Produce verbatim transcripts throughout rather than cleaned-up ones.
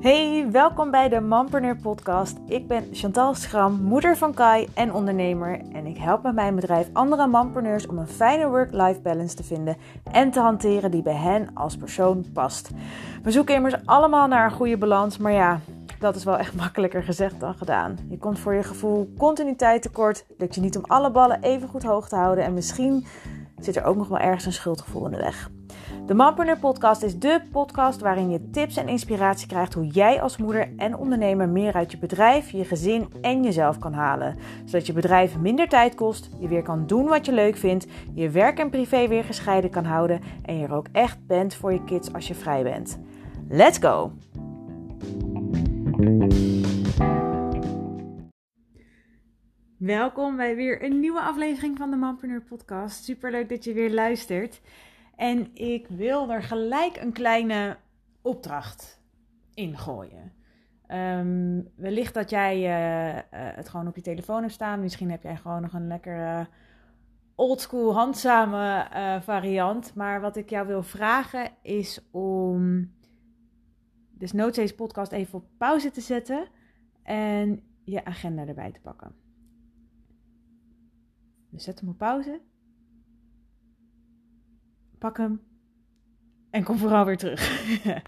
Hey, welkom bij de Mompreneur podcast. Ik ben Chantal Schram, moeder van Kai en ondernemer. En ik help met mijn bedrijf andere mompreneurs om een fijne work-life balance te vinden en te hanteren die bij hen als persoon past. We zoeken immers allemaal naar een goede balans, maar ja, dat is wel echt makkelijker gezegd dan gedaan. Je komt voor je gevoel continuïteit tekort, lukt je niet om alle ballen even goed hoog te houden en misschien zit er ook nog wel ergens een schuldgevoel in de weg. De Mompreneur podcast is dé podcast waarin je tips en inspiratie krijgt hoe jij als moeder en ondernemer meer uit je bedrijf, je gezin en jezelf kan halen. Zodat je bedrijf minder tijd kost, je weer kan doen wat je leuk vindt, je werk en privé weer gescheiden kan houden en je er ook echt bent voor je kids als je vrij bent. Let's go! Welkom bij weer een nieuwe aflevering van de Mompreneur podcast. Superleuk dat je weer luistert. En ik wil er gelijk een kleine opdracht in gooien. Um, wellicht dat jij uh, uh, het gewoon op je telefoon hebt staan. Misschien heb jij gewoon nog een lekkere oldschool handzame uh, variant. Maar wat ik jou wil vragen is om desnoods deze podcast even op pauze te zetten. En je agenda erbij te pakken. Dus zet hem op pauze. Pak hem en kom vooral weer terug.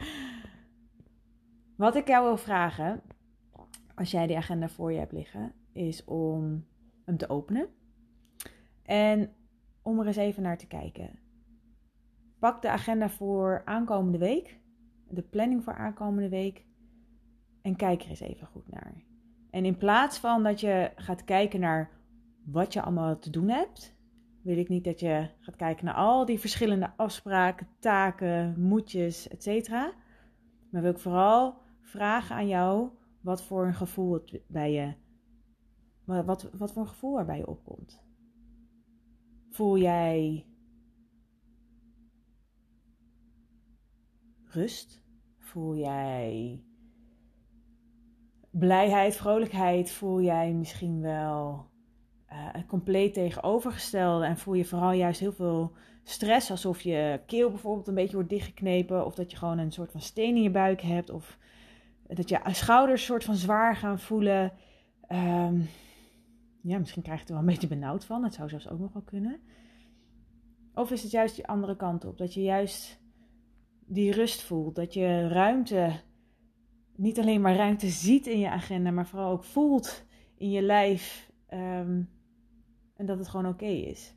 Wat ik jou wil vragen, als jij die agenda voor je hebt liggen, is om hem te openen. En om er eens even naar te kijken. Pak de agenda voor aankomende week, de planning voor aankomende week, en kijk er eens even goed naar. En in plaats van dat je gaat kijken naar wat je allemaal te doen hebt, wil ik niet dat je gaat kijken naar al die verschillende afspraken, taken, moetjes, et cetera. Maar wil ik vooral vragen aan jou wat voor een gevoel het bij je, wat, wat voor een gevoel er bij je opkomt. Voel jij rust? Voel jij blijheid, vrolijkheid? Voel jij misschien wel Uh, compleet tegenovergestelde en voel je vooral juist heel veel stress, alsof je keel bijvoorbeeld een beetje wordt dichtgeknepen, of dat je gewoon een soort van steen in je buik hebt, of dat je schouders soort van zwaar gaan voelen. Um, ja, misschien krijg je er wel een beetje benauwd van, dat zou zelfs ook nog wel kunnen. Of is het juist die andere kant op, dat je juist die rust voelt, dat je ruimte, niet alleen maar ruimte ziet in je agenda, maar vooral ook voelt in je lijf. Um, En dat het gewoon oké okay is.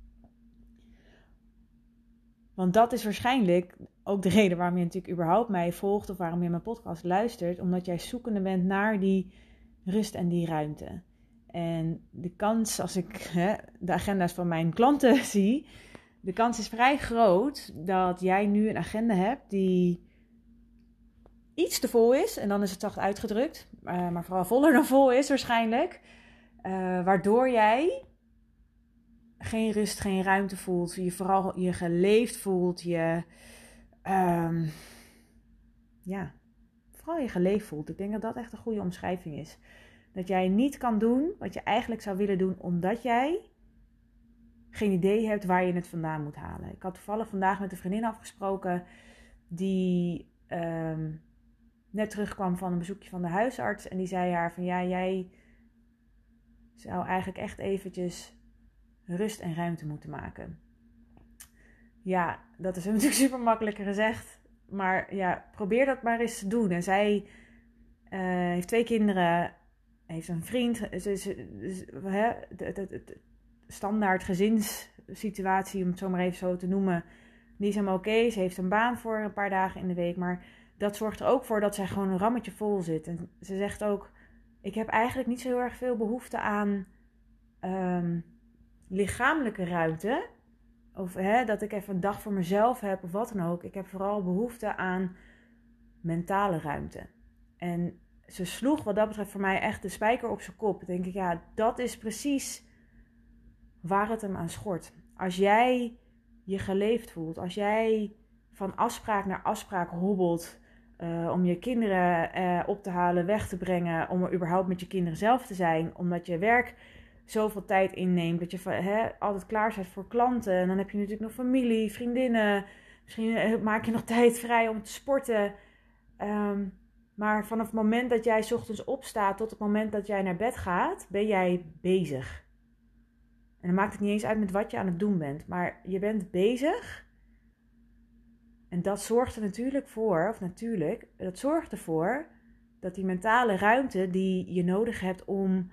Want dat is waarschijnlijk ook de reden waarom je natuurlijk überhaupt mij volgt of waarom je mijn podcast luistert. Omdat jij zoekende bent naar die rust en die ruimte. En de kans, als ik hè, de agenda's van mijn klanten zie, de kans is vrij groot dat jij nu een agenda hebt die iets te vol is. En dan is het zacht uitgedrukt, uh, maar vooral voller dan vol is waarschijnlijk. Uh, waardoor jij geen rust, geen ruimte voelt. Je vooral je geleefd voelt. Je, um, ja, vooral je geleefd voelt. Ik denk dat dat echt een goede omschrijving is. Dat jij niet kan doen wat je eigenlijk zou willen doen, omdat jij geen idee hebt waar je het vandaan moet halen. Ik had toevallig vandaag met een vriendin afgesproken die um, net terugkwam van een bezoekje van de huisarts. En die zei haar van ja, jij zou eigenlijk echt eventjes rust en ruimte moeten maken. Ja, dat is natuurlijk super makkelijk gezegd. Maar ja, probeer dat maar eens te doen. En zij uh, heeft twee kinderen, heeft een vriend. Ze is de, de, de, de standaard gezinssituatie, om het zo maar even zo te noemen, die is helemaal oké. Okay. Ze heeft een baan voor een paar dagen in de week. Maar dat zorgt er ook voor dat zij gewoon een rammetje vol zit. En ze zegt ook, ik heb eigenlijk niet zo heel erg veel behoefte aan Um, lichamelijke ruimte, of hè, dat ik even een dag voor mezelf heb of wat dan ook. Ik heb vooral behoefte aan mentale ruimte. En ze sloeg wat dat betreft voor mij echt de spijker op zijn kop. Dan denk ik, ja, dat is precies waar het hem aan schort. Als jij je geleefd voelt, als jij van afspraak naar afspraak hobbelt, uh, om je kinderen uh, op te halen, weg te brengen, om er überhaupt met je kinderen zelf te zijn, omdat je werk zoveel tijd inneemt, dat je hè, altijd klaar bent voor klanten. En dan heb je natuurlijk nog familie, vriendinnen. Misschien maak je nog tijd vrij om te sporten. Um, Maar vanaf het moment dat jij 's ochtends opstaat tot het moment dat jij naar bed gaat, ben jij bezig. En dan maakt het niet eens uit met wat je aan het doen bent. Maar je bent bezig. En dat zorgt er natuurlijk voor, of natuurlijk, dat zorgt ervoor dat die mentale ruimte die je nodig hebt om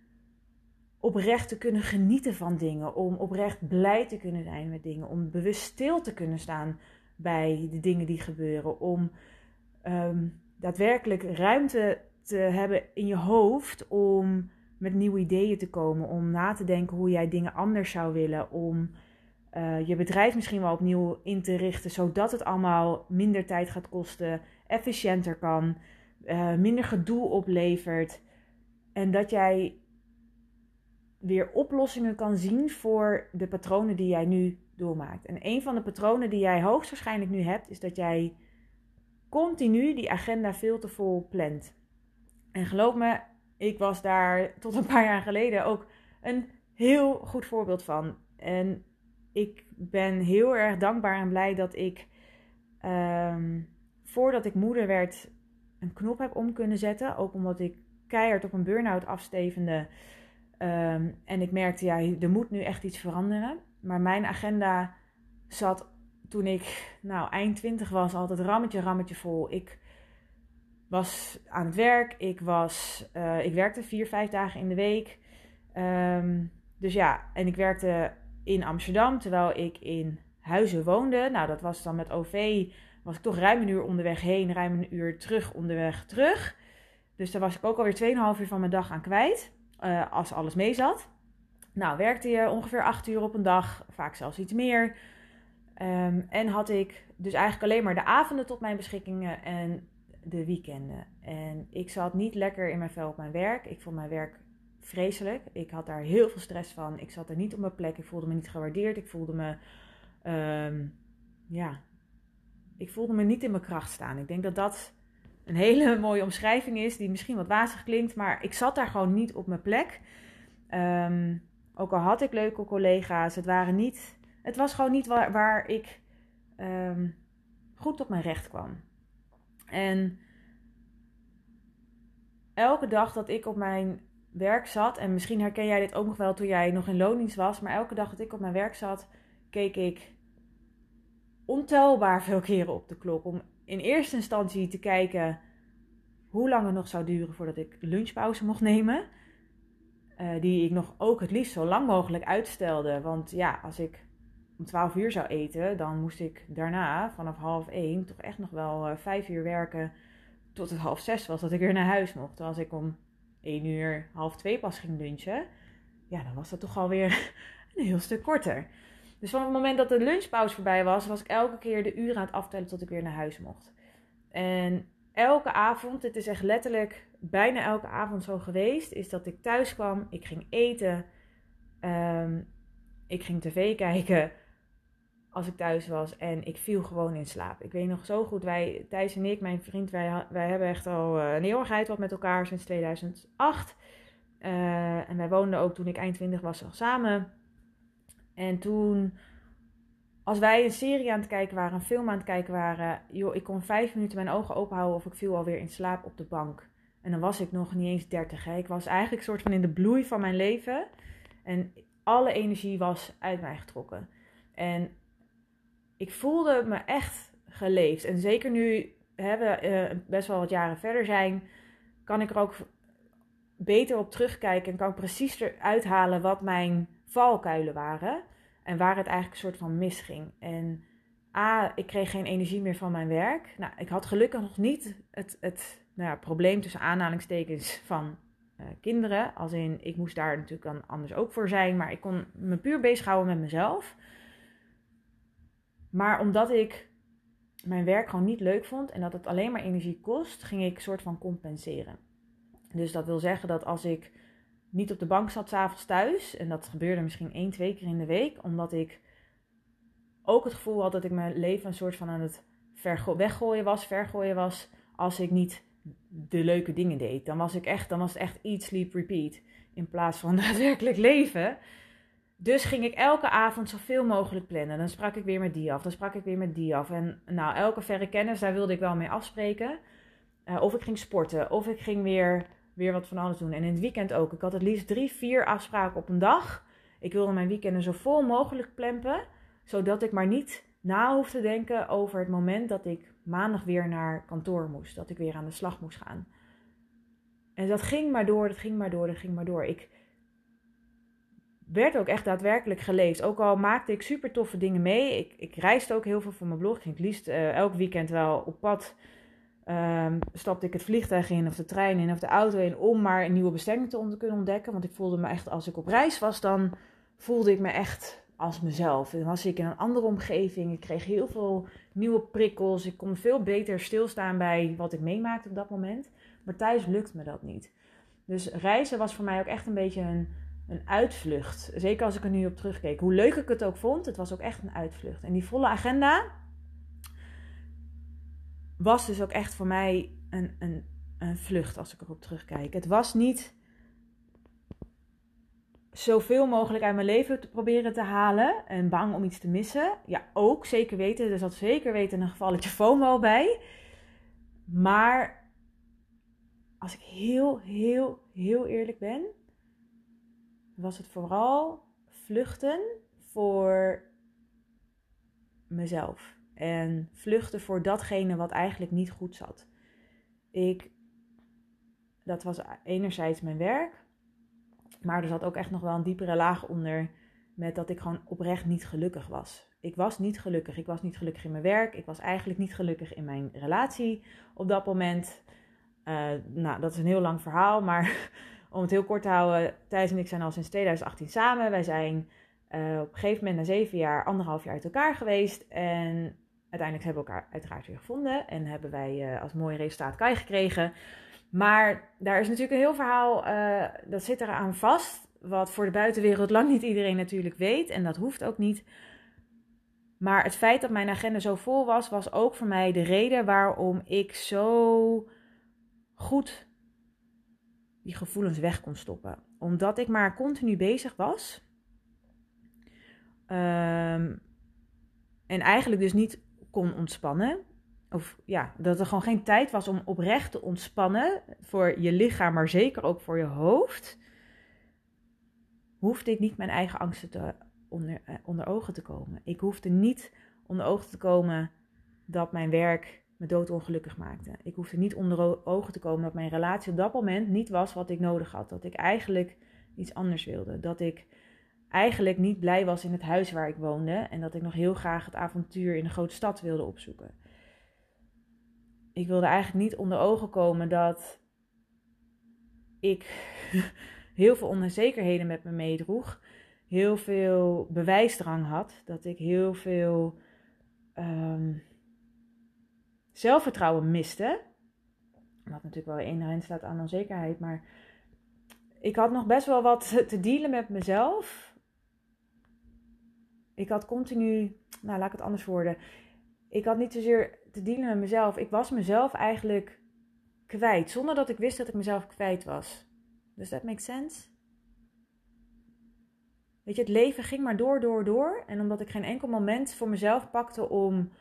oprecht te kunnen genieten van dingen, om oprecht blij te kunnen zijn met dingen, om bewust stil te kunnen staan bij de dingen die gebeuren, om um, daadwerkelijk ruimte te hebben in je hoofd om met nieuwe ideeën te komen, om na te denken hoe jij dingen anders zou willen, om uh, je bedrijf misschien wel opnieuw in te richten, zodat het allemaal minder tijd gaat kosten, efficiënter kan, uh, minder gedoe oplevert en dat jij weer oplossingen kan zien voor de patronen die jij nu doormaakt. En een van de patronen die jij hoogstwaarschijnlijk nu hebt, is dat jij continu die agenda veel te vol plant. En geloof me, ik was daar tot een paar jaar geleden ook een heel goed voorbeeld van. En ik ben heel erg dankbaar en blij dat ik, um, voordat ik moeder werd, een knop heb om kunnen zetten. Ook omdat ik keihard op een burn-out afstevende. Um, en ik merkte, ja, er moet nu echt iets veranderen. Maar mijn agenda zat toen ik nou, eind twintig was altijd rammetje, rammetje vol. Ik was aan het werk. Ik, was, uh, ik werkte vier, vijf dagen in de week. Um, dus ja, en ik werkte in Amsterdam terwijl ik in Huizen woonde. Nou, dat was dan met O V. Was ik toch ruim een uur onderweg heen, ruim een uur terug onderweg terug. Dus daar was ik ook alweer twee komma vijf uur van mijn dag aan kwijt. Uh, als alles mee zat. Nou, werkte je ongeveer acht uur op een dag. Vaak zelfs iets meer. Um, en had ik dus eigenlijk alleen maar de avonden tot mijn beschikking en de weekenden. En ik zat niet lekker in mijn vel op mijn werk. Ik vond mijn werk vreselijk. Ik had daar heel veel stress van. Ik zat er niet op mijn plek. Ik voelde me niet gewaardeerd. Ik voelde me... Um, ja... Ik voelde me niet in mijn kracht staan. Ik denk dat dat een hele mooie omschrijving is. Die misschien wat wazig klinkt. Maar ik zat daar gewoon niet op mijn plek. Um, ook al had ik leuke collega's. Het waren niet... Het was gewoon niet waar, waar ik um, goed op mijn recht kwam. En elke dag dat ik op mijn werk zat, en misschien herken jij dit ook nog wel toen jij nog in loondienst was, maar elke dag dat ik op mijn werk zat, keek ik ontelbaar veel keren op de klok. Om in eerste instantie te kijken hoe lang het nog zou duren voordat ik lunchpauze mocht nemen. Uh, die ik nog ook het liefst zo lang mogelijk uitstelde. Want ja, als ik om twaalf uur zou eten, dan moest ik daarna vanaf half één toch echt nog wel uh, vijf uur werken tot het half zes was dat ik weer naar huis mocht. Terwijl als ik om één uur, half twee pas ging lunchen, ja, dan was dat toch alweer een heel stuk korter. Dus van het moment dat de lunchpauze voorbij was, was ik elke keer de uren aan het aftellen tot ik weer naar huis mocht. En elke avond, het is echt letterlijk bijna elke avond zo geweest, is dat ik thuis kwam, ik ging eten, um, ik ging tv kijken als ik thuis was en ik viel gewoon in slaap. Ik weet nog zo goed, wij, Thijs en ik, mijn vriend, wij, wij hebben echt al uh, een eeuwigheid wat met elkaar sinds tweeduizend acht. Uh, en wij woonden ook toen ik eind twintig was nog samen. En toen, als wij een serie aan het kijken waren, een film aan het kijken waren, joh, ik kon vijf minuten mijn ogen open houden of ik viel alweer in slaap op de bank. En dan was ik nog niet eens dertig. Hè. Ik was eigenlijk soort van in de bloei van mijn leven. En alle energie was uit mij getrokken. En ik voelde me echt geleefd. En zeker nu hè, we uh, best wel wat jaren verder zijn, kan ik er ook beter op terugkijken en kan ik precies eruit halen wat mijn valkuilen waren. En waar het eigenlijk een soort van misging. En A, ik kreeg geen energie meer van mijn werk. Nou, ik had gelukkig nog niet het, het nou ja, probleem tussen aanhalingstekens van uh, kinderen. Als in, ik moest daar natuurlijk dan anders ook voor zijn. Maar ik kon me puur bezighouden met mezelf. Maar omdat ik mijn werk gewoon niet leuk vond en dat het alleen maar energie kost, ging ik soort van compenseren. Dus dat wil zeggen dat als ik niet op de bank zat 's avonds thuis, en dat gebeurde misschien één, twee keer in de week, omdat ik ook het gevoel had dat ik mijn leven een soort van aan het vergo- weggooien was, vergooien was, als ik niet de leuke dingen deed. Dan was ik echt, dan was het echt eat, sleep, repeat, in plaats van daadwerkelijk leven. Dus ging ik elke avond zoveel mogelijk plannen. Dan sprak ik weer met die af, dan sprak ik weer met die af. En nou, elke verre kennis, daar wilde ik wel mee afspreken. Uh, of ik ging sporten. Of ik ging weer, weer wat van alles doen. En in het weekend ook. Ik had het liefst drie, vier afspraken op een dag. Ik wilde mijn weekenden zo vol mogelijk plempen. Zodat ik maar niet na hoef te denken over het moment dat ik maandag weer naar kantoor moest. Dat ik weer aan de slag moest gaan. En dat ging maar door, dat ging maar door, dat ging maar door. Ik werd ook echt daadwerkelijk geleefd. Ook al maakte ik super toffe dingen mee. Ik, ik reisde ook heel veel voor mijn blog. Ik ging het liefst uh, elk weekend wel op pad. Um, stapte ik het vliegtuig in of de trein in of de auto in om maar een nieuwe bestemming te on- kunnen ontdekken. Want ik voelde me echt, als ik op reis was, dan voelde ik me echt als mezelf. Dan was ik in een andere omgeving. Ik kreeg heel veel nieuwe prikkels. Ik kon veel beter stilstaan bij wat ik meemaakte op dat moment. Maar thuis lukt me dat niet. Dus reizen was voor mij ook echt een beetje een, een uitvlucht. Zeker als ik er nu op terugkeek. Hoe leuk ik het ook vond, het was ook echt een uitvlucht. En die volle agenda was dus ook echt voor mij een, een, een vlucht als ik erop terugkijk. Het was niet zoveel mogelijk uit mijn leven te proberen te halen en bang om iets te missen. Ja, ook, zeker weten. Er zat zeker weten een gevalletje FOMO bij. Maar als ik heel, heel, heel eerlijk ben, was het vooral vluchten voor mezelf. En vluchten voor datgene wat eigenlijk niet goed zat. Ik, dat was enerzijds mijn werk. Maar er zat ook echt nog wel een diepere laag onder. Met dat ik gewoon oprecht niet gelukkig was. Ik was niet gelukkig. Ik was niet gelukkig in mijn werk. Ik was eigenlijk niet gelukkig in mijn relatie op dat moment. Uh, nou, dat is een heel lang verhaal. Maar om het heel kort te houden. Thijs en ik zijn al sinds twintig achttien samen. Wij zijn uh, op een gegeven moment na zeven jaar, anderhalf jaar uit elkaar geweest. En uiteindelijk hebben we elkaar uiteraard weer gevonden. En hebben wij uh, als mooi resultaat Kai gekregen. Maar daar is natuurlijk een heel verhaal, uh, dat zit eraan vast. Wat voor de buitenwereld lang niet iedereen natuurlijk weet. En dat hoeft ook niet. Maar het feit dat mijn agenda zo vol was, was ook voor mij de reden waarom ik zo goed die gevoelens weg kon stoppen. Omdat ik maar continu bezig was. Um, en eigenlijk dus niet kon ontspannen. Of ja, dat er gewoon geen tijd was om oprecht te ontspannen. Voor je lichaam, maar zeker ook voor je hoofd. Hoefde ik niet mijn eigen angsten te onder, eh, onder ogen te komen. Ik hoefde niet onder ogen te komen dat mijn werk me doodongelukkig maakte. Ik hoefde niet onder ogen te komen dat mijn relatie op dat moment niet was wat ik nodig had. Dat ik eigenlijk iets anders wilde. Dat ik eigenlijk niet blij was in het huis waar ik woonde. En dat ik nog heel graag het avontuur in de grote stad wilde opzoeken. Ik wilde eigenlijk niet onder ogen komen dat ik heel veel onzekerheden met me meedroeg. Heel veel bewijsdrang had. Dat ik heel veel um, zelfvertrouwen miste. Wat natuurlijk wel inherent staat aan onzekerheid. Maar ik had nog best wel wat te dealen met mezelf. Ik had continu, nou laat ik het anders worden. Ik had niet zozeer te dealen met mezelf. Ik was mezelf eigenlijk kwijt. Zonder dat ik wist dat ik mezelf kwijt was. Does that make sense? Weet je, het leven ging maar door, door, door. En omdat ik geen enkel moment voor mezelf pakte om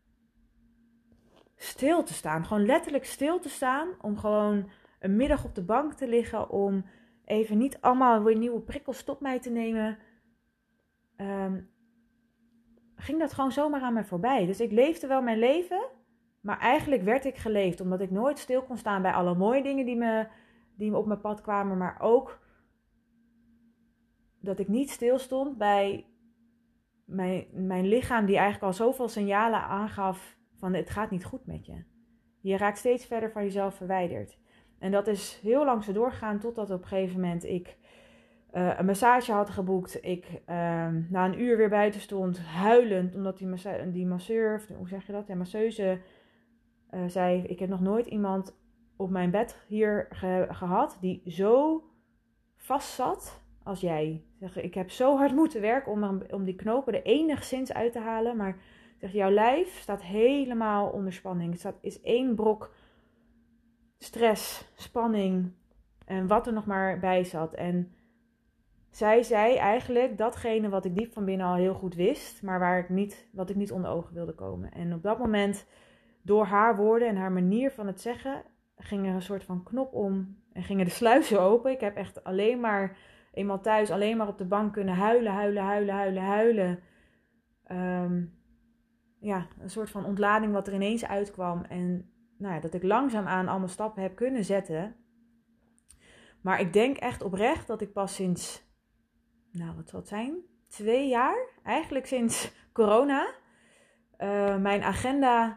stil te staan. Gewoon letterlijk stil te staan. Om gewoon een middag op de bank te liggen. Om even niet allemaal weer nieuwe prikkels tot mij te nemen. Um, ging dat gewoon zomaar aan mij voorbij. Dus ik leefde wel mijn leven. Maar eigenlijk werd ik geleefd. Omdat ik nooit stil kon staan bij alle mooie dingen die me, die me op mijn pad kwamen. Maar ook dat ik niet stil stond bij mijn, mijn lichaam. Die eigenlijk al zoveel signalen aangaf van het gaat niet goed met je. Je raakt steeds verder van jezelf verwijderd. En dat is heel lang zo doorgegaan totdat op een gegeven moment ik uh, een massage had geboekt. Ik uh, na een uur weer buiten stond huilend. Omdat die, massa- die masseur, hoe zeg je dat, ja, masseuse uh, zei: ik heb nog nooit iemand op mijn bed hier ge- gehad die zo vast zat als jij. Zeg, ik heb zo hard moeten werken om, om die knopen er enigszins uit te halen. Maar zeg, jouw lijf staat helemaal onder spanning. Het staat, is één brok stress, spanning en wat er nog maar bij zat. En zij zei eigenlijk datgene wat ik diep van binnen al heel goed wist, maar waar ik niet, wat ik niet onder ogen wilde komen. En op dat moment, door haar woorden en haar manier van het zeggen, ging er een soort van knop om en gingen de sluizen open. Ik heb echt alleen maar, eenmaal thuis, alleen maar op de bank kunnen huilen, huilen, huilen, huilen, huilen. Um, ja, een soort van ontlading wat er ineens uitkwam. En nou ja, dat ik langzaamaan allemaal stappen heb kunnen zetten. Maar ik denk echt oprecht dat ik pas sinds, nou wat zal het zijn, twee jaar, eigenlijk sinds corona, uh, mijn agenda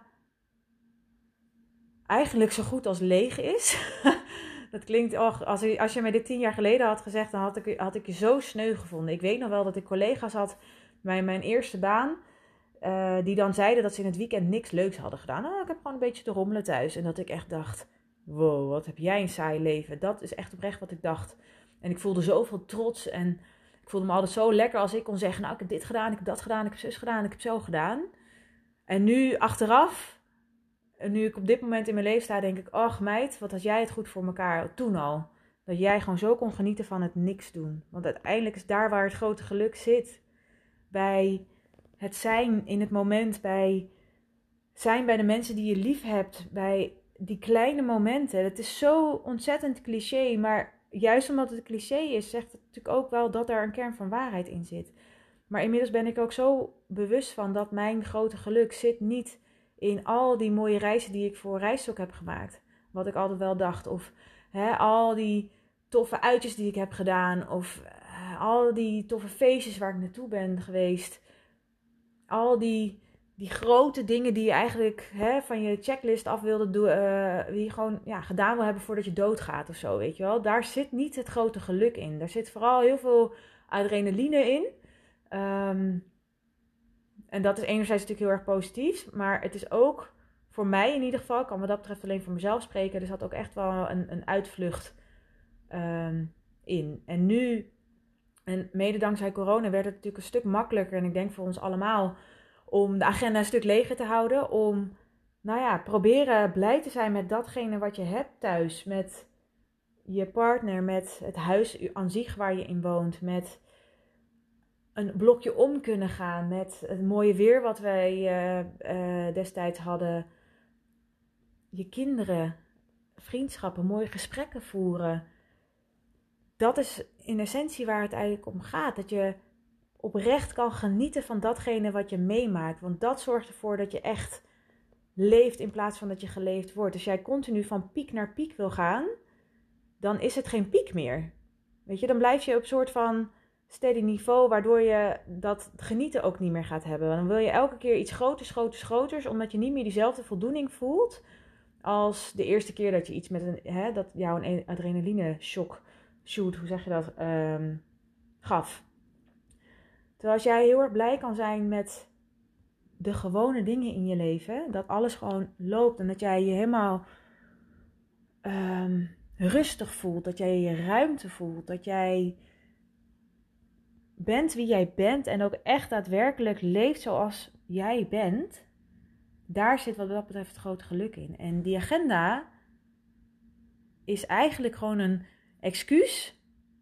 eigenlijk zo goed als leeg is. Dat klinkt, oh, als, je, als je mij dit tien jaar geleden had gezegd, dan had ik, had ik je zo sneu gevonden. Ik weet nog wel dat ik collega's had bij mijn eerste baan, uh, die dan zeiden dat ze in het weekend niks leuks hadden gedaan. Oh, ik heb gewoon een beetje te rommelen thuis. En dat ik echt dacht, wow, wat heb jij een saai leven. Dat is echt oprecht wat ik dacht. En ik voelde zoveel trots en ik voelde me altijd zo lekker als ik kon zeggen, nou ik heb dit gedaan, ik heb dat gedaan, ik heb zus gedaan, ik heb zo gedaan. En nu achteraf, en nu ik op dit moment in mijn leven sta, denk ik, ach meid, wat had jij het goed voor elkaar toen al. Dat jij gewoon zo kon genieten van het niks doen. Want uiteindelijk is daar waar het grote geluk zit. Bij het zijn in het moment, bij zijn bij de mensen die je lief hebt, bij die kleine momenten. Het is zo ontzettend cliché, maar juist omdat het cliché is, zegt het natuurlijk ook wel dat daar een kern van waarheid in zit. Maar inmiddels ben ik ook zo bewust van dat mijn grote geluk zit niet in al die mooie reizen die ik voor Reisstok heb gemaakt. Wat ik altijd wel dacht. Of hè, al die toffe uitjes die ik heb gedaan. Of uh, al die toffe feestjes waar ik naartoe ben geweest. Al die, die grote dingen die je eigenlijk hè, van je checklist af wilde doen. Uh, die je gewoon ja, gedaan wil hebben voordat je doodgaat of zo. Weet je wel. Daar zit niet het grote geluk in. Daar zit vooral heel veel adrenaline in. Um, En dat is enerzijds natuurlijk heel erg positief. Maar het is ook voor mij in ieder geval, ik kan wat dat betreft alleen voor mezelf spreken. Er zat ook echt wel een, een uitvlucht um, in. En nu, en mede dankzij corona, werd het natuurlijk een stuk makkelijker. En ik denk voor ons allemaal om de agenda een stuk leger te houden. Om, nou ja, proberen blij te zijn met datgene wat je hebt thuis. Met je partner, met het huis aan zich waar je in woont. Met een blokje om kunnen gaan met het mooie weer wat wij uh, uh, destijds hadden. Je kinderen, vriendschappen, mooie gesprekken voeren. Dat is in essentie waar het eigenlijk om gaat. Dat je oprecht kan genieten van datgene wat je meemaakt. Want dat zorgt ervoor dat je echt leeft in plaats van dat je geleefd wordt. Als jij continu van piek naar piek wil gaan, dan is het geen piek meer. Weet je, dan blijf je op een soort van steady niveau, waardoor je dat genieten ook niet meer gaat hebben. Dan wil je elke keer iets groters, groters, groters, omdat je niet meer diezelfde voldoening voelt als de eerste keer dat je iets met een, hè, dat jou een adrenaline shock shoot, hoe zeg je dat, um, gaf. Terwijl als jij heel erg blij kan zijn met de gewone dingen in je leven, dat alles gewoon loopt en dat jij je helemaal um, rustig voelt, dat jij je ruimte voelt, dat jij bent wie jij bent en ook echt daadwerkelijk leeft zoals jij bent, daar zit wat dat betreft het grote geluk in. En die agenda is eigenlijk gewoon een excuus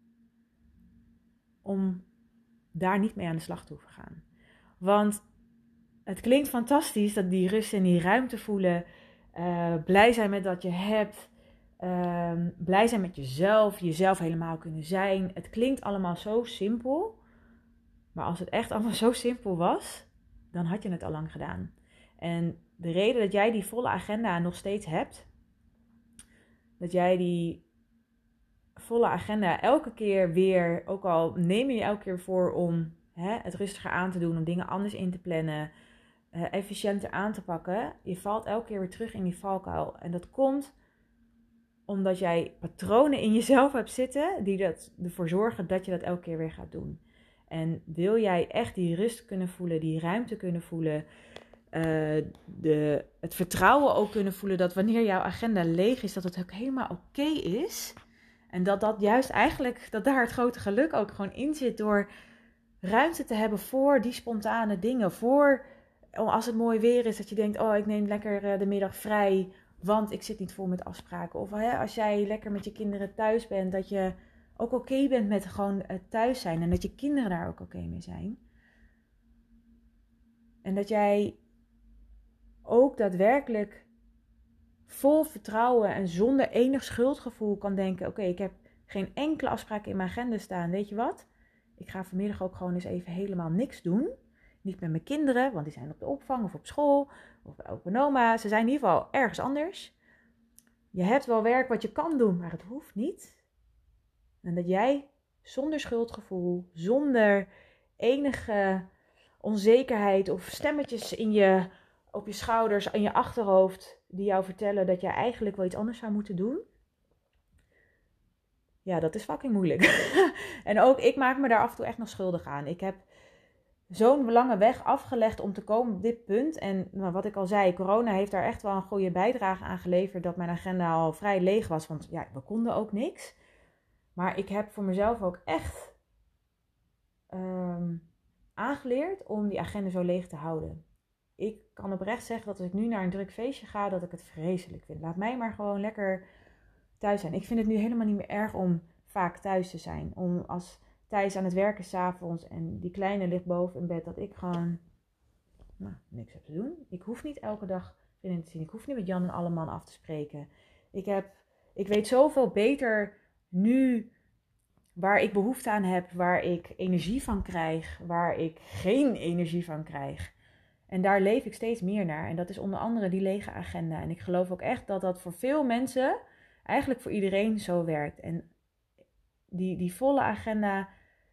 om daar niet mee aan de slag te hoeven gaan. Want het klinkt fantastisch dat die rust en die ruimte voelen, uh, blij zijn met wat je hebt, uh, blij zijn met jezelf, jezelf helemaal kunnen zijn. Het klinkt allemaal zo simpel. Maar als het echt allemaal zo simpel was, dan had je het al lang gedaan. En de reden dat jij die volle agenda nog steeds hebt, dat jij die volle agenda elke keer weer, ook al neem je je elke keer voor om hè, het rustiger aan te doen, om dingen anders in te plannen, uh, efficiënter aan te pakken, je valt elke keer weer terug in die valkuil. En dat komt omdat jij patronen in jezelf hebt zitten die dat, ervoor zorgen dat je dat elke keer weer gaat doen. En wil jij echt die rust kunnen voelen, die ruimte kunnen voelen, uh, de, het vertrouwen ook kunnen voelen dat wanneer jouw agenda leeg is, dat het ook helemaal oké okay is. En dat dat juist eigenlijk, dat daar het grote geluk ook gewoon in zit door ruimte te hebben voor die spontane dingen. Voor, als het mooi weer is, dat je denkt, oh ik neem lekker de middag vrij, want ik zit niet vol met afspraken. Of hè, als jij lekker met je kinderen thuis bent, dat je ook oké okay bent met gewoon thuis zijn. En dat je kinderen daar ook oké okay mee zijn. En dat jij ook daadwerkelijk vol vertrouwen en zonder enig schuldgevoel kan denken, oké, okay, ik heb geen enkele afspraak in mijn agenda staan. Weet je wat? Ik ga vanmiddag ook gewoon eens even helemaal niks doen. Niet met mijn kinderen, want die zijn op de opvang of op school. Of bij opa en oma. Ze zijn in ieder geval ergens anders. Je hebt wel werk wat je kan doen, maar het hoeft niet. En dat jij zonder schuldgevoel, zonder enige onzekerheid of stemmetjes in je, op je schouders, in je achterhoofd, die jou vertellen dat jij eigenlijk wel iets anders zou moeten doen. Ja, dat is fucking moeilijk. En ook ik maak me daar af en toe echt nog schuldig aan. Ik heb zo'n lange weg afgelegd om te komen op dit punt. En nou, wat ik al zei, corona heeft daar echt wel een goede bijdrage aan geleverd dat mijn agenda al vrij leeg was. Want ja, we konden ook niks. Maar ik heb voor mezelf ook echt um, aangeleerd om die agenda zo leeg te houden. Ik kan oprecht zeggen dat als ik nu naar een druk feestje ga, dat ik het vreselijk vind. Laat mij maar gewoon lekker thuis zijn. Ik vind het nu helemaal niet meer erg om vaak thuis te zijn. Om als Thijs aan het werken 's avonds en die kleine ligt boven in bed, dat ik gewoon nou, niks heb te doen. Ik hoef niet elke dag vrienden te zien. Ik hoef niet met Jan en alle man af te spreken. Ik, heb, ik weet zoveel beter nu waar ik behoefte aan heb, waar ik energie van krijg, waar ik geen energie van krijg. En daar leef ik steeds meer naar. En dat is onder andere die lege agenda. En ik geloof ook echt dat dat voor veel mensen, eigenlijk voor iedereen, zo werkt. En die, die volle agenda,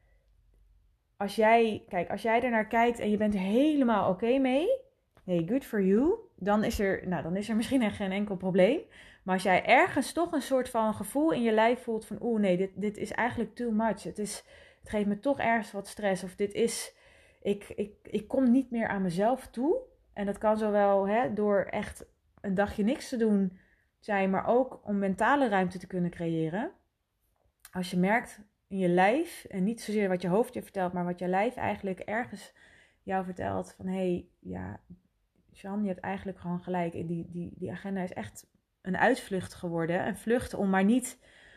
als jij, kijk, als jij er naar kijkt en je bent er helemaal oké okay mee, hey, good for you, dan is er, nou, dan is er misschien echt geen enkel probleem. Maar als jij ergens toch een soort van gevoel in je lijf voelt van, oeh nee, dit, dit is eigenlijk too much. Het, is, het geeft me toch ergens wat stress. Of dit is, ik, ik, ik kom niet meer aan mezelf toe. En dat kan zowel hè, door echt een dagje niks te doen zijn, maar ook om mentale ruimte te kunnen creëren. Als je merkt in je lijf, en niet zozeer wat je hoofd je vertelt, maar wat je lijf eigenlijk ergens jou vertelt van, hé, hey, ja, Jean, je hebt eigenlijk gewoon gelijk. Die, die, die agenda is echt een uitvlucht geworden. Een vlucht om maar niet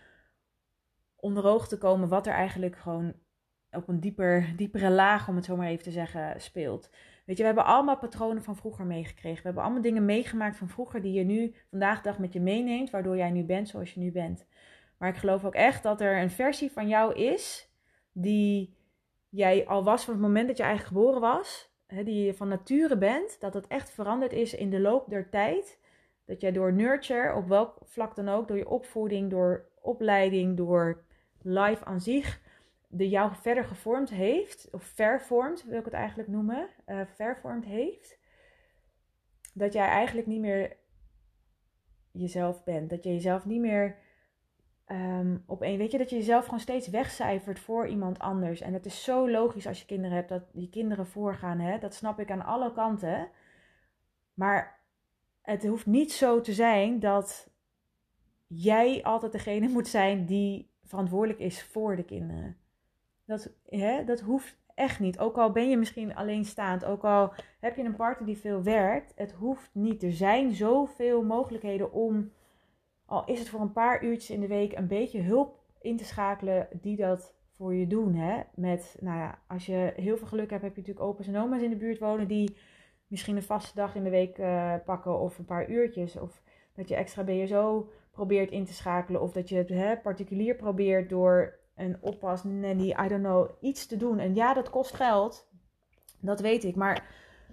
onder oog te komen wat er eigenlijk gewoon op een dieper, diepere laag, om het zo maar even te zeggen, speelt. Weet je, we hebben allemaal patronen van vroeger meegekregen. We hebben allemaal dingen meegemaakt van vroeger die je nu vandaag de dag met je meeneemt, waardoor jij nu bent zoals je nu bent. Maar ik geloof ook echt dat er een versie van jou is die jij al was van het moment dat je eigenlijk geboren was, hè, die je van nature bent, dat het echt veranderd is in de loop der tijd. Dat jij door nurture, op welk vlak dan ook, door je opvoeding, door opleiding, door life aan zich, de jou verder gevormd heeft, of vervormd wil ik het eigenlijk noemen, uh, vervormd heeft. Dat jij eigenlijk niet meer jezelf bent. Dat je jezelf niet meer um, op één, weet je, dat je jezelf gewoon steeds wegcijfert voor iemand anders. En het is zo logisch als je kinderen hebt, dat die kinderen voorgaan, hè? Dat snap ik aan alle kanten. Maar het hoeft niet zo te zijn dat jij altijd degene moet zijn die verantwoordelijk is voor de kinderen. Dat, hè, dat hoeft echt niet. Ook al ben je misschien alleenstaand, ook al heb je een partner die veel werkt, het hoeft niet. Er zijn zoveel mogelijkheden om, al is het voor een paar uurtjes in de week, een beetje hulp in te schakelen die dat voor je doen. Hè? Met, nou ja, als je heel veel geluk hebt, heb je natuurlijk opa's en oma's in de buurt wonen die misschien een vaste dag in de week uh, pakken of een paar uurtjes. Of dat je extra B S O probeert in te schakelen. Of dat je het hè, particulier probeert door een oppas, nanny, I don't know, iets te doen. En ja, dat kost geld. Dat weet ik. Maar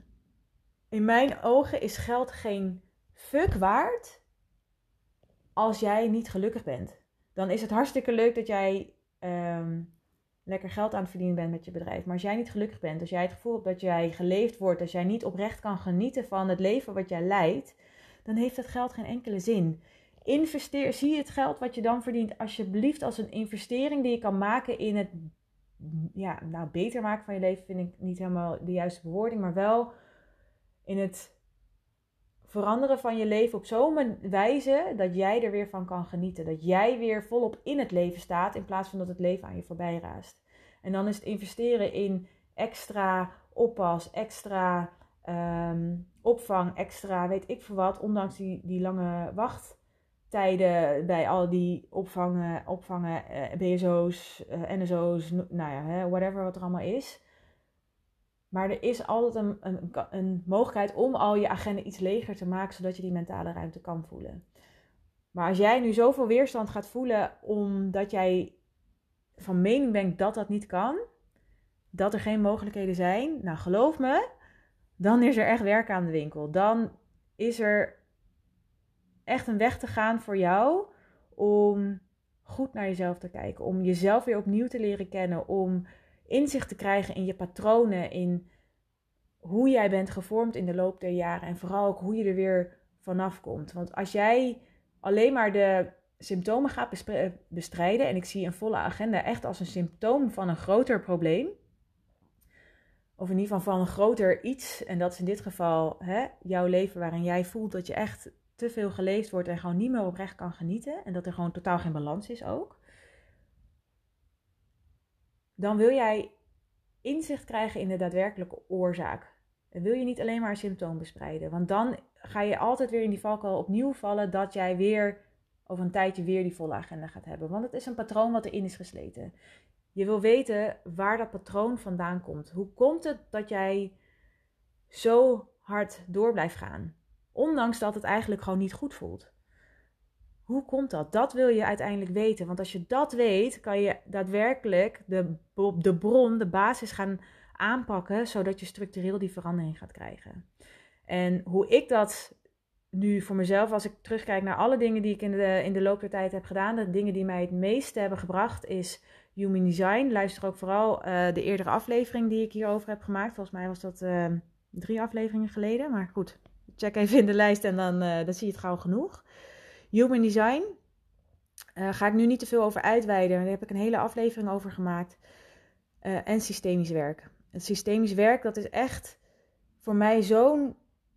in mijn ogen is geld geen fuck waard als jij niet gelukkig bent. Dan is het hartstikke leuk dat jij um, lekker geld aan het verdienen bent met je bedrijf. Maar als jij niet gelukkig bent, als jij het gevoel hebt dat jij geleefd wordt, als jij niet oprecht kan genieten van het leven wat jij leidt, dan heeft dat geld geen enkele zin. Investeer, zie het geld wat je dan verdient alsjeblieft als een investering die je kan maken in het ja, nou, beter maken van je leven, vind ik niet helemaal de juiste bewoording, maar wel in het veranderen van je leven op zo'n wijze dat jij er weer van kan genieten. Dat jij weer volop in het leven staat in plaats van dat het leven aan je voorbij raast. En dan is het investeren in extra oppas, extra um, opvang, extra weet ik veel wat, ondanks die, die lange wachttijden bij al die opvangen, opvangen uh, B S O's, uh, N S O's, nou ja, hè, whatever wat er allemaal is. Maar er is altijd een, een, een mogelijkheid om al je agenda iets leger te maken, zodat je die mentale ruimte kan voelen. Maar als jij nu zoveel weerstand gaat voelen omdat jij van mening bent dat dat niet kan, dat er geen mogelijkheden zijn, nou geloof me, dan is er echt werk aan de winkel. Dan is er echt een weg te gaan voor jou om goed naar jezelf te kijken. Om jezelf weer opnieuw te leren kennen. Om inzicht te krijgen in je patronen. In hoe jij bent gevormd in de loop der jaren. En vooral ook hoe je er weer vanaf komt. Want als jij alleen maar de symptomen gaat bestrijden. En ik zie een volle agenda echt als een symptoom van een groter probleem. Of in ieder geval van een groter iets. En dat is in dit geval hè, jouw leven waarin jij voelt dat je echt te veel geleefd wordt en gewoon niet meer oprecht kan genieten. En dat er gewoon totaal geen balans is ook. Dan wil jij inzicht krijgen in de daadwerkelijke oorzaak. En wil je niet alleen maar een symptoom bestrijden. Want dan ga je altijd weer in die valkuil opnieuw vallen dat jij weer over een tijdje weer die volle agenda gaat hebben. Want het is een patroon wat erin is gesleten. Je wil weten waar dat patroon vandaan komt. Hoe komt het dat jij zo hard door blijft gaan? Ondanks dat het eigenlijk gewoon niet goed voelt. Hoe komt dat? Dat wil je uiteindelijk weten. Want als je dat weet, kan je daadwerkelijk de, de bron, de basis gaan aanpakken, zodat je structureel die verandering gaat krijgen. En hoe ik dat nu voor mezelf, als ik terugkijk naar alle dingen die ik in de, in de loop der tijd heb gedaan, de dingen die mij het meeste hebben gebracht, is Human Design. Luister ook vooral uh, de eerdere aflevering die ik hierover heb gemaakt. Volgens mij was dat uh, drie afleveringen geleden. Maar goed, check even in de lijst en dan, uh, dan zie je het gauw genoeg. Human Design. Uh, ga ik nu niet te veel over uitweiden. Daar heb ik een hele aflevering over gemaakt. Uh, en systemisch werk. Het systemisch werk, dat is echt voor mij zo'n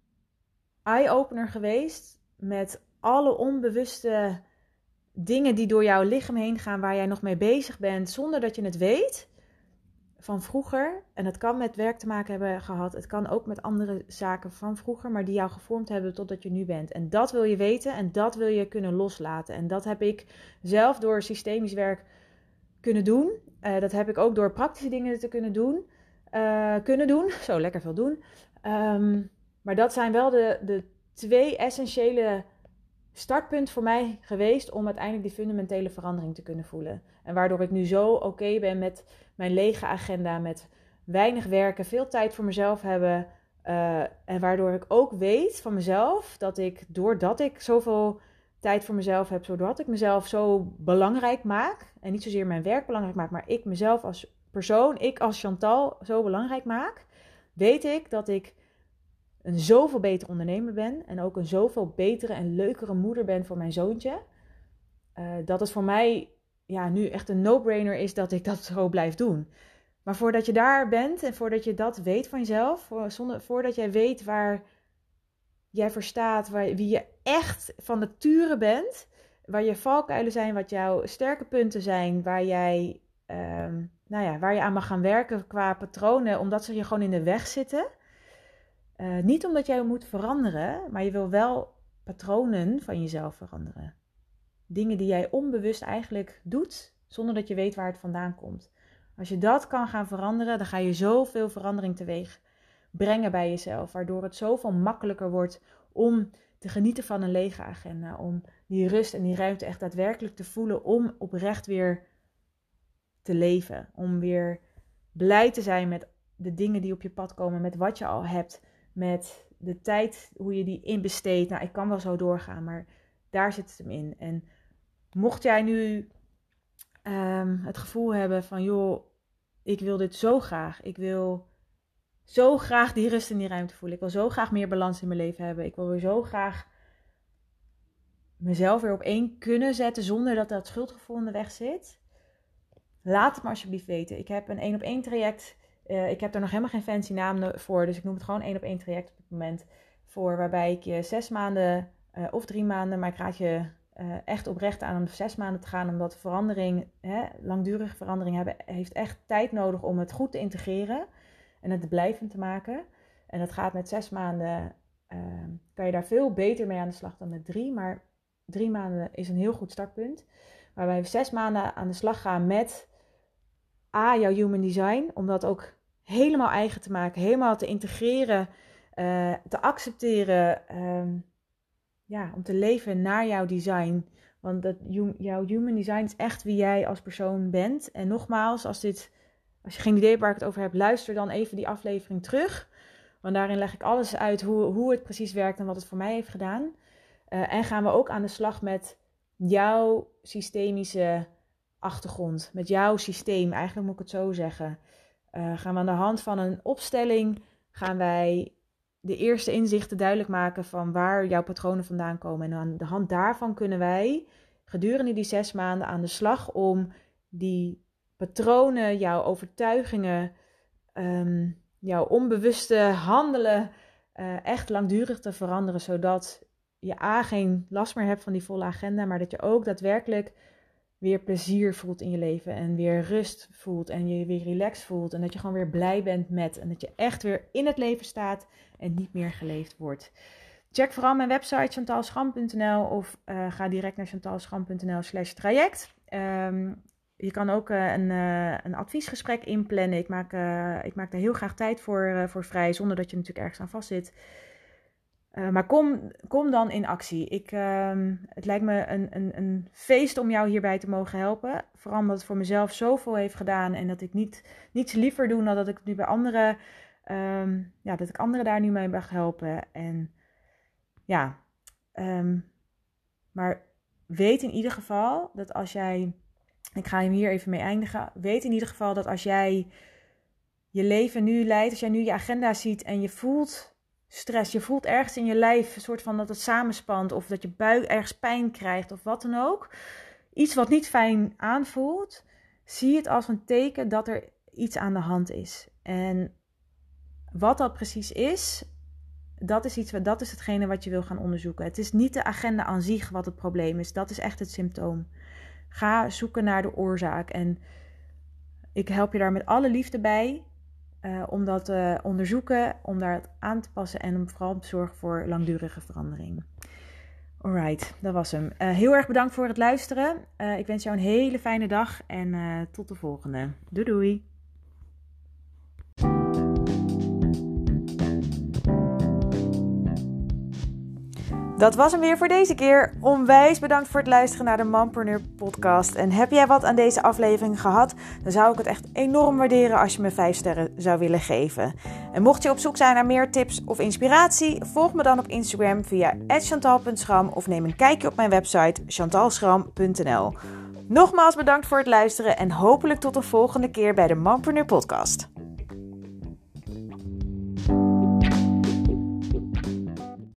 eye-opener geweest. Met alle onbewuste dingen die door jouw lichaam heen gaan, waar jij nog mee bezig bent, zonder dat je het weet. Van vroeger. En dat kan met werk te maken hebben gehad. Het kan ook met andere zaken van vroeger, maar die jou gevormd hebben totdat je nu bent. En dat wil je weten en dat wil je kunnen loslaten. En dat heb ik zelf door systemisch werk kunnen doen. Uh, dat heb ik ook door praktische dingen te kunnen doen. Uh, kunnen doen. Zo, lekker veel doen. Um, maar dat zijn wel de, de twee essentiële startpunten voor mij geweest om uiteindelijk die fundamentele verandering te kunnen voelen. En waardoor ik nu zo oké okay ben met mijn lege agenda, met weinig werken, veel tijd voor mezelf hebben. Uh, en waardoor ik ook weet van mezelf dat ik, doordat ik zoveel tijd voor mezelf heb, doordat ik mezelf zo belangrijk maak, en niet zozeer mijn werk belangrijk maak, maar ik mezelf als persoon, ik als Chantal zo belangrijk maak, weet ik dat ik een zoveel betere ondernemer ben en ook een zoveel betere en leukere moeder ben voor mijn zoontje. Uh, dat het voor mij ja, nu echt een no-brainer is dat ik dat zo blijf doen. Maar voordat je daar bent en voordat je dat weet van jezelf, voor, zonder, voordat jij weet waar jij voor staat, waar, wie je echt van nature bent, waar je valkuilen zijn, wat jouw sterke punten zijn, waar jij, um, nou ja, waar je aan mag gaan werken qua patronen, omdat ze je gewoon in de weg zitten. Uh, niet omdat jij moet veranderen, maar je wil wel patronen van jezelf veranderen. Dingen die jij onbewust eigenlijk doet, zonder dat je weet waar het vandaan komt. Als je dat kan gaan veranderen, dan ga je zoveel verandering teweeg brengen bij jezelf. Waardoor het zoveel makkelijker wordt om te genieten van een lege agenda. Om die rust en die ruimte echt daadwerkelijk te voelen. Om oprecht weer te leven. Om weer blij te zijn met de dingen die op je pad komen. Met wat je al hebt. Met de tijd, hoe je die inbesteedt. Nou, ik kan wel zo doorgaan, maar daar zit het hem in. En mocht jij nu um, het gevoel hebben van, joh, ik wil dit zo graag. Ik wil zo graag die rust en die ruimte voelen. Ik wil zo graag meer balans in mijn leven hebben. Ik wil weer zo graag mezelf weer op één kunnen zetten zonder dat dat schuldgevoel in de weg zit. Laat het me alsjeblieft weten. Ik heb een één op één traject. Uh, ik heb er nog helemaal geen fancy naam voor. Dus ik noem het gewoon één op één traject op dit moment. Voor waarbij ik je zes maanden uh, of drie maanden. Maar ik raad je uh, echt oprecht aan om zes maanden te gaan. Omdat verandering, hè, langdurige verandering hebben, heeft echt tijd nodig om het goed te integreren. En het blijvend te maken. En dat gaat met zes maanden. Uh, kan je daar veel beter mee aan de slag dan met drie. Maar drie maanden is een heel goed startpunt. Waarbij we zes maanden aan de slag gaan met A, jouw human design. Om dat ook helemaal eigen te maken, helemaal te integreren, uh, te accepteren, um, ja, om te leven naar jouw design. Want dat, jouw human design is echt wie jij als persoon bent. En nogmaals, als, dit, als je geen idee waar ik het over heb, luister dan even die aflevering terug. Want daarin leg ik alles uit hoe, hoe het precies werkt en wat het voor mij heeft gedaan. Uh, en gaan we ook aan de slag met jouw systemische achtergrond. Met jouw systeem, eigenlijk moet ik het zo zeggen. Uh, gaan we aan de hand van een opstelling, gaan wij de eerste inzichten duidelijk maken van waar jouw patronen vandaan komen. En aan de hand daarvan kunnen wij gedurende die zes maanden aan de slag om die patronen, jouw overtuigingen, um, jouw onbewuste handelen uh, echt langdurig te veranderen. Zodat je A, geen last meer hebt van die volle agenda, maar dat je ook daadwerkelijk weer plezier voelt in je leven en weer rust voelt en je je weer relaxed voelt en dat je gewoon weer blij bent met en dat je echt weer in het leven staat en niet meer geleefd wordt. Check vooral mijn website chantalschram punt n l of uh, ga direct naar chantalschram punt n l slash traject. Um, je kan ook uh, een, uh, een adviesgesprek inplannen. Ik maak, uh, ik maak daar heel graag tijd voor, uh, voor vrij, zonder dat je natuurlijk ergens aan vastzit. Uh, maar kom, kom dan in actie. Ik, uh, het lijkt me een, een, een feest om jou hierbij te mogen helpen. Vooral omdat het voor mezelf zoveel heeft gedaan. En dat ik niet, niets liever doe dan dat ik het nu bij anderen... Um, ja, dat ik anderen daar nu mee mag helpen. En ja... Um, maar weet in ieder geval dat als jij... Ik ga hem hier even mee eindigen. Weet in ieder geval dat als jij je leven nu leidt... Als jij nu je agenda ziet en je voelt... stress, je voelt ergens in je lijf een soort van dat het samenspant of dat je buik ergens pijn krijgt of wat dan ook. Iets wat niet fijn aanvoelt, zie het als een teken dat er iets aan de hand is. En wat dat precies is, dat is, iets, dat is hetgene wat je wil gaan onderzoeken. Het is niet de agenda aan zich wat het probleem is, dat is echt het symptoom. Ga zoeken naar de oorzaak en ik help je daar met alle liefde bij. Uh, om dat te uh, onderzoeken, om daar aan te passen en om vooral te zorgen voor langdurige verandering. Alright, dat was hem. Uh, heel erg bedankt voor het luisteren. Uh, ik wens jou een hele fijne dag en uh, tot de volgende. Doei doei! Dat was hem weer voor deze keer. Onwijs bedankt voor het luisteren naar de Mompreneur podcast. En heb jij wat aan deze aflevering gehad? Dan zou ik het echt enorm waarderen als je me vijf sterren zou willen geven. En mocht je op zoek zijn naar meer tips of inspiratie, volg me dan op Instagram via at chantal punt schram of neem een kijkje op mijn website chantalschram punt n l. Nogmaals bedankt voor het luisteren en hopelijk tot de volgende keer bij de Mompreneur podcast.